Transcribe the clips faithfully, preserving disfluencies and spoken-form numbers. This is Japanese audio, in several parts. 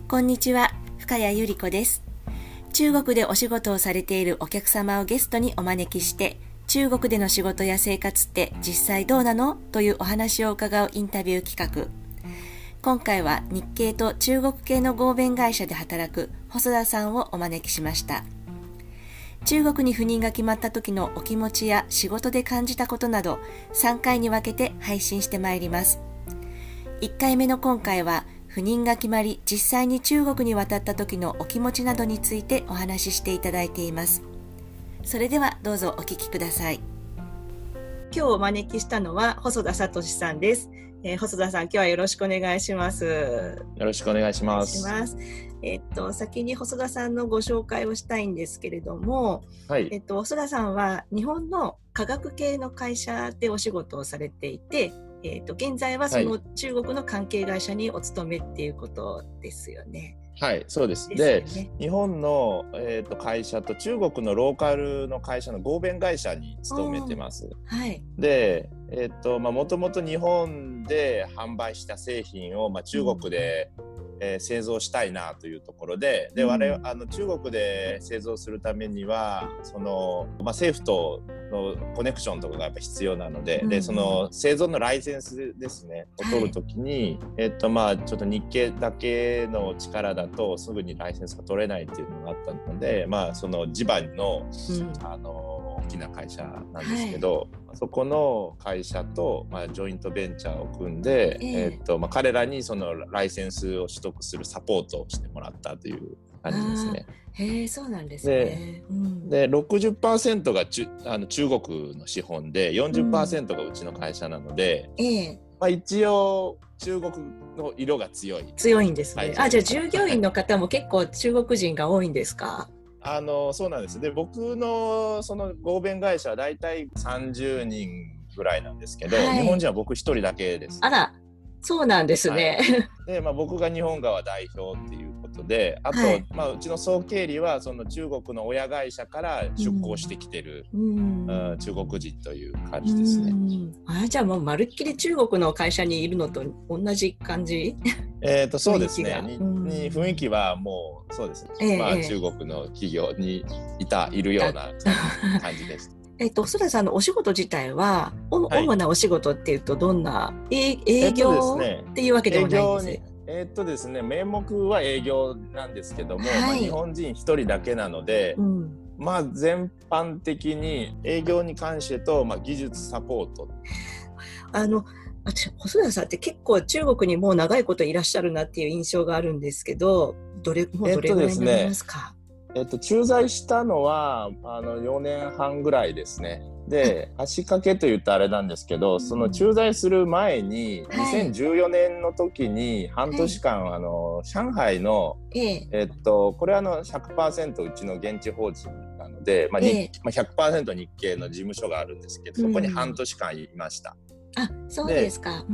こんにちは、深谷由里子です。中国でお仕事をされているお客様をゲストにお招きして、中国での仕事や生活って実際どうなのというお話を伺うインタビュー企画。今回は日系と中国系の合弁会社で働く細田さんをお招きしました。中国に赴任が決まった時のお気持ちや仕事で感じたことなどさんかいに分けて配信してまいります。いっかいめの今回は赴任が決まり実際に中国に渡った時のお気持ちなどについてお話ししていただいています。それではどうぞお聞きください。今日お招きしたのは細田聡さんです。えー、細田さん、今日はよろしくお願いします。 よろしくお願いします。 お願いします。えっと、先に細田さんのご紹介をしたいんですけれども、はい、えっと、細田さんは日本の科学系の会社でお仕事をされていて、えー、と現在はその中国の関係会社にお勤めっていうことですよね。 はい、そうです。で、ね、日本の、えー、と会社と中国のローカルの会社の合弁会社に勤めてます。はい、で、えーとまあ、もともと日本で販売した製品を、まあ、中国で、うんえー、製造したいなというところで、で我々あの中国で製造するためにはその、まあ、政府とのコネクションとかがやっぱ必要なので、うん、でその製造のライセンスですねを取るときに、はい、えっとまあちょっと日系だけの力だとすぐにライセンスが取れないっていうのがあったので、まあその地場の、うん、あの大きな会社なんですけど、はい、そこの会社と、まあ、ジョイントベンチャーを組んで、えーえーっとまあ、彼らにそのライセンスを取得するサポートをしてもらったという感じですね。 へえ、そうなんですね。 で、うん、で ろくじゅっパーセント がちあの中国の資本で よんじゅっパーセント がうちの会社なので、うんえーまあ、一応中国の色が強い強いんですね。あ、じゃあ従業員の方も結構中国人が多いんですか？ あのそうなんです。で、僕のその合弁会社はだいたいさんじゅうにんぐらいなんですけど、はい、日本人は僕一人だけです。 あら、そうなんですね。 はい、で、まあ、僕が日本側代表っていうことで、あと、はい、まあ、うちの総経理はその中国の親会社から出向してきてる、うんうん、中国人という感じですね。 あ、じゃあもうまるっきり中国の会社にいるのと同じ感じ？ えーとそうですね。にに雰囲気はもうそうですね。えー、まあ、中国の企業にいたいるような感じです。 えっと、細田さんのお仕事自体は、おはい、主なお仕事っていうとどんな営業っていうわけでもないんですね。 えっとですね、名目は営業なんですけども、はいまあ、日本人一人だけなので、うん、まあ全般的に営業に関してと、まあ、技術サポート。 あの私細田さんって結構中国にもう長いこといらっしゃるなっていう印象があるんですけど、どれもうどれぐらいになりますか？ えっと、駐在したのはあのよねんはんぐらいですね。で、足掛けと言ったらあれなんですけど、その駐在する前に、はい、にせんじゅうよねんの時に半年間、はい、あの上海の、えええっと、これはあの ひゃくパーセント うちの現地法人なので、まあええまあ、ひゃくパーセント 日系の事務所があるんですけど、そこに半年間いました。 うん、あ、そうですか。うん、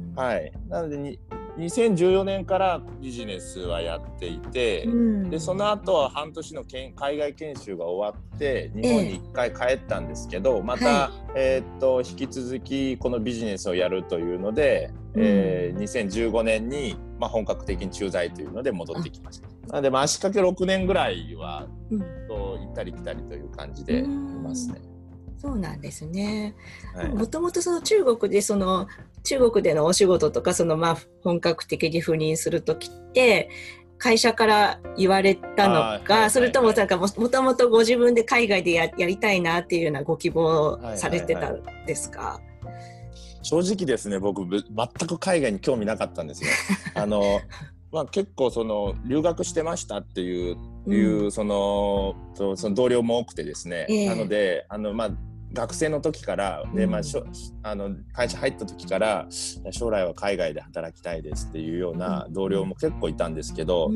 はい。なのでににせんじゅうよねんからビジネスはやっていて、うん、でその後は半年のけん海外研修が終わって日本にいっかい帰ったんですけど、えー、また、はいえー、っと引き続きこのビジネスをやるというので、うんえー、にせんじゅうごねんに、まあ、本格的に駐在というので戻ってきました。なので、まあ、足掛けろくねんぐらいは、うん、と行ったり来たりという感じでいますね。 そうなんですね。もともとその中国でその中国でのお仕事とかそのまあ本格的に赴任するときって会社から言われたのか、はいはいはい、それともなんかもともとご自分で海外で や, やりたいなっていうようなご希望されてたんですか？はいはいはい、 正直ですね、僕全く海外に興味なかったんですよ。あのまあ、結構その留学してましたっていう、うん、いうそのその同僚も多くてですね、えー、なのであのまあ学生の時からで、まあ、しょあの会社入った時から将来は海外で働きたいですっていうような同僚も結構いたんですけど、うん、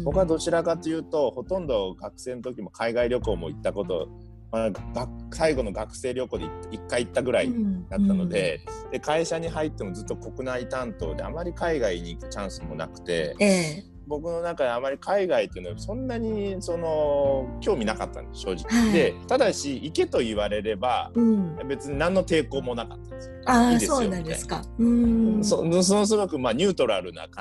僕はどちらかというとほとんど学生の時も海外旅行も行ったことまあ、最後の学生旅行でいっかい行ったぐらいだったので、うんうん、で会社に入ってもずっと国内担当であまり海外に行くチャンスもなくて、えー、僕の中であまり海外っていうのはそんなにその興味なかったんです正直、はい、でただし行けと言われれば、うん、別に何の抵抗もなかったんですよ。 あいいですよそうなんですか。うんそそのすごくまあニュートラルな感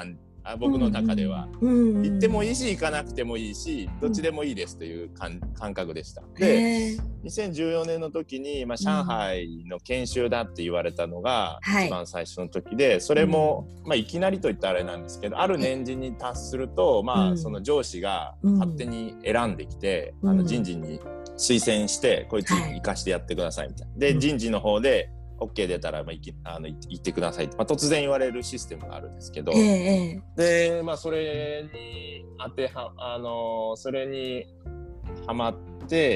あ僕の中では、 うんうん、 行ってもいいし行かなくてもいいしどっちでもいいですという感覚でした。でにせんじゅうよねんの時に、まあ、上海の研修だって言われたのが一番最初の時で、はい、それも、まあ、いきなりといったらあれなんですけどある年次に達すると、まあ、その上司が勝手に選んできて、うん、あの人事に推薦してこいつ生かしてやってくださいみたいな、はい、で人事の方でオーケー 出たら、まあ、いきあの行ってくださいって、まあ、突然言われるシステムがあるんですけど、えー、で、まあ、それに当てはあのそれにハマって、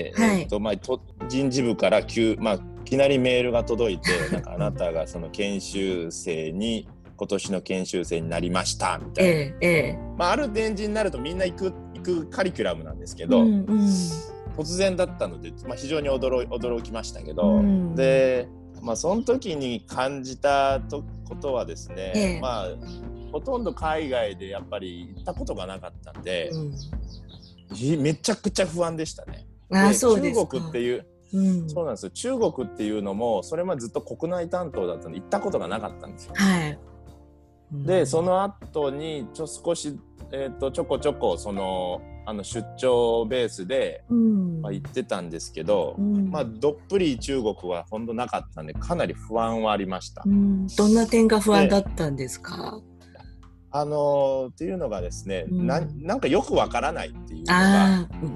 はい、えーとまあ、と人事部から急、まあ、いきなりメールが届いてなんかあなたがその研修生に今年の研修生になりましたみたいな、えーえーまあ、ある年次になるとみんな行く、行くカリキュラムなんですけど、うんうん、突然だったので、まあ、非常に 驚, 驚きましたけど、うん、でまあ、その時に感じたことはですね、ええ、まあ、ほとんど海外でやっぱり行ったことがなかったんで、うん、めちゃくちゃ不安でしたね。 あ、そうですか。 中国っていう、うん、そうなんですよ。中国っていうのもそれまでずっと国内担当だったんで行ったことがなかったんですよ。はいうん、でその後にちょ少し、えーと、ちょこちょこそのあの出張ベースで、うんまあ、行ってたんですけど、うんまあ、どっぷり中国はほんとなかったんでかなり不安はありました。 うん、どんな点が不安だったんですか？ あのー、っていうのがですね、うん、な, なんかよくわからないっていうのが、うん、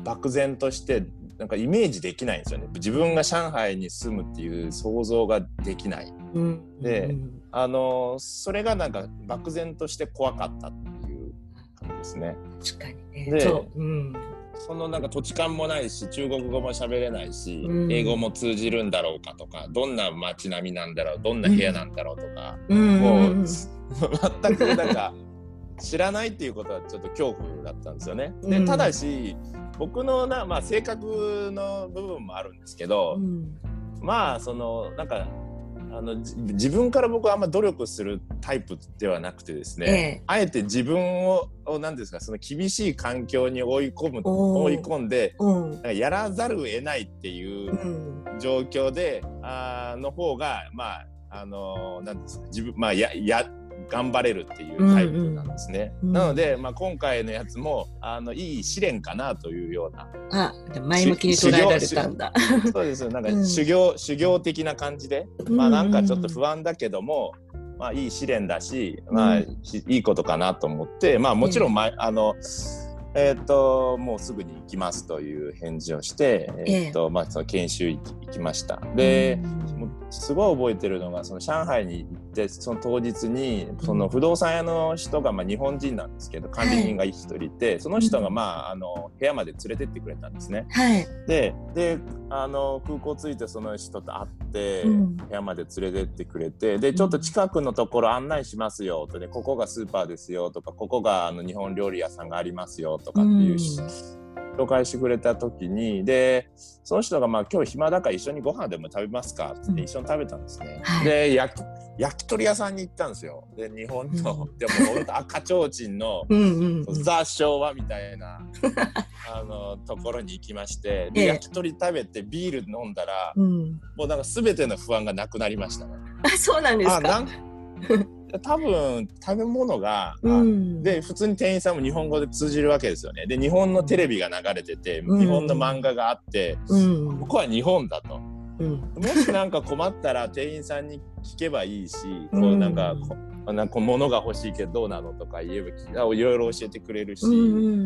漠然としてなんかイメージできないんですよね。自分が上海に住むっていう想像ができない、うん、で、うん、あのー、それがなんか漠然として怖かったっていう感じですね。 確かにね。 でそう、うん、そのなんか土地勘もないし中国語も喋れないし、うん、英語も通じるんだろうかとかどんな街並みなんだろうどんな部屋なんだろうとか、うん、もう、うん、全くなんか知らないっていうことはちょっと恐怖だったんですよね。でただし僕のな、まあ、性格の部分もあるんですけど、うん、まあそのなんかあの自分から僕はあんま努力するタイプではなくてですね、ええ、あえて自分を何ですかその厳しい環境に追い込む追い込んで、うん、やらざるを得ないっていう状況で、うん、あの方がまああの何ですか自分まあやや頑張れるっていうタイプなんですね、うんうん、なので、まあ、今回のやつもあのいい試練かなというようなあ前向きに捉えられたんだそうですなんか修行、うん、修行的な感じで、まあ、なんかちょっと不安だけども、まあ、いい試練だし、まあ、いいことかなと思って、まあ、もちろん、まあのえー、ともうすぐに行きますという返事をして、えーとまあ、その研修行き、行きました。で、もうすごい覚えてるのがその上海に行ってその当日にその不動産屋の人が、まあ、日本人なんですけど管理人が一人いて、はい、その人が、まあ、あの部屋まで連れてってくれたんですね。はい、でであの空港着いてその人と会って、うん、部屋まで連れてってくれてでちょっと近くのところ案内しますよと、ね、ここがスーパーですよとかここがあの日本料理屋さんがありますよとかっていう、うん、紹介してくれた時にでその人が、まあ、今日暇だから一緒にご飯でも食べますかって一緒に食べたんですね、うん、で焼き、焼き鳥屋さんに行ったんですよ。で日本の、うん、でも本当赤ちょうちんのうんうんザ昭和みたいなあのところに行きましてで、ええ、焼き鳥食べてビール飲んだら、うん、もうなんか全ての不安がなくなりましたね。 あ、そうなんですか。あなん多分食べ物が、うん、で普通に店員さんも日本語で通じるわけですよね。で日本のテレビが流れてて、うん、日本の漫画があって、うん、ここは日本だと、うん、もしなんか困ったら店員さんに聞けばいいし、うん、こうなんかこなんか物が欲しいけどどうなのとか言えばいろいろ教えてくれるし、うん、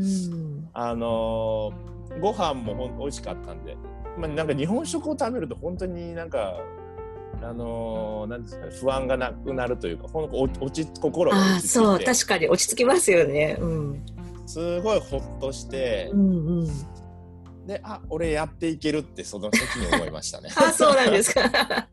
あのー、ご飯も美味しかったんで、まあ、なんか日本食を食べると本当になんかあのー、なんですか、不安がなくなるというか、ほん落ち心が落ち着いて、 そう確かに落ち着きますよね、うん、 すごいほっとして、うんうん、であ俺やっていけるってその時に思いましたね。 あそうなんですか、はい、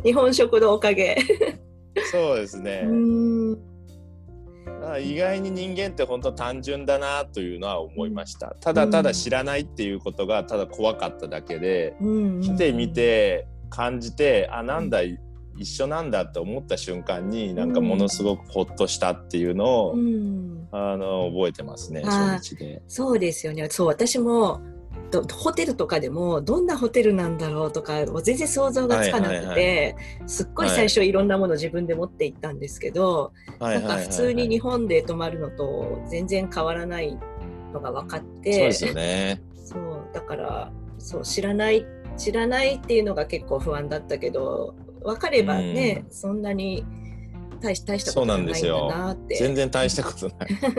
日本食のおかげそうですね。うん意外に人間って本当単純だなというのは思いました。ただただ知らないっていうことがただ怖かっただけで、うん、来てみて感じてあなんだ、うん、一緒なんだと思った瞬間になんかものすごくほっとしたっていうのを、うん、あの覚えてますね、初日で。 そうですよね。そう私もどホテルとかでもどんなホテルなんだろうとか全然想像がつかなくて、はいはいはい、すっごい最初いろんなもの自分で持って行ったんですけど、はい、なんか普通に日本で泊まるのと全然変わらないのが分かって、 そうですよね。 そうだからそう知らない知らないっていうのが結構不安だったけど、分かればね、うん、そんなに大し大したことないんだなって。そうなんですよ。全然大したことない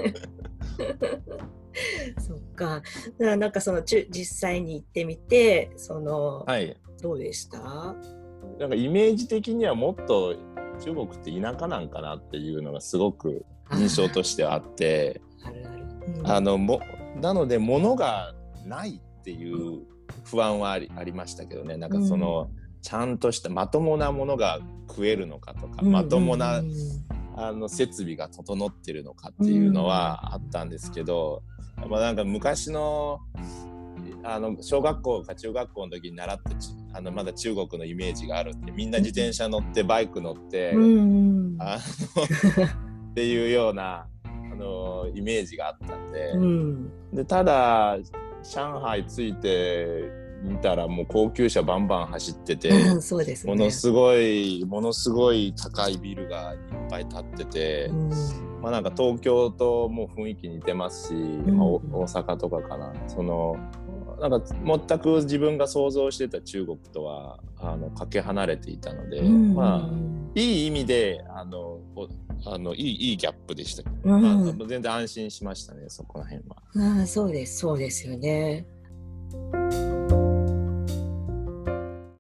そっか。だからなんかその実際に行ってみて、その、はい、どうでした？ なんかイメージ的にはもっと中国って田舎なんかなっていうのがすごく印象としてはあって、あるある、うん、あのもなので物がないっていう不安はあり、ありましたけどね。なんかその、うん、ちゃんとしたまともなものが食えるのかとか、うん、まともな、うん、あの設備が整ってるのかっていうのはあったんですけど、うん、まあ、なんか昔のあの小学校か中学校の時に習ったあのまだ中国のイメージがあるって、みんな自転車乗ってバイク乗って、うん、あのっていうようなあのイメージがあったんで、うん、でただ上海着いて見たらもう高級車バンバン走っててそうですね、 ものすごいものすごい高いビルがいっぱい建ってて、うん、まあなんか東京とも雰囲気似てますし、うん、まあ、大阪とかかな、そのなんか全く自分が想像してた中国とはあのかけ離れていたので、うん、まあいい意味であのあのいいいいギャップでした、うん、まあ、全然安心しましたね、そこら辺は。 ああ、そうですそうですよね。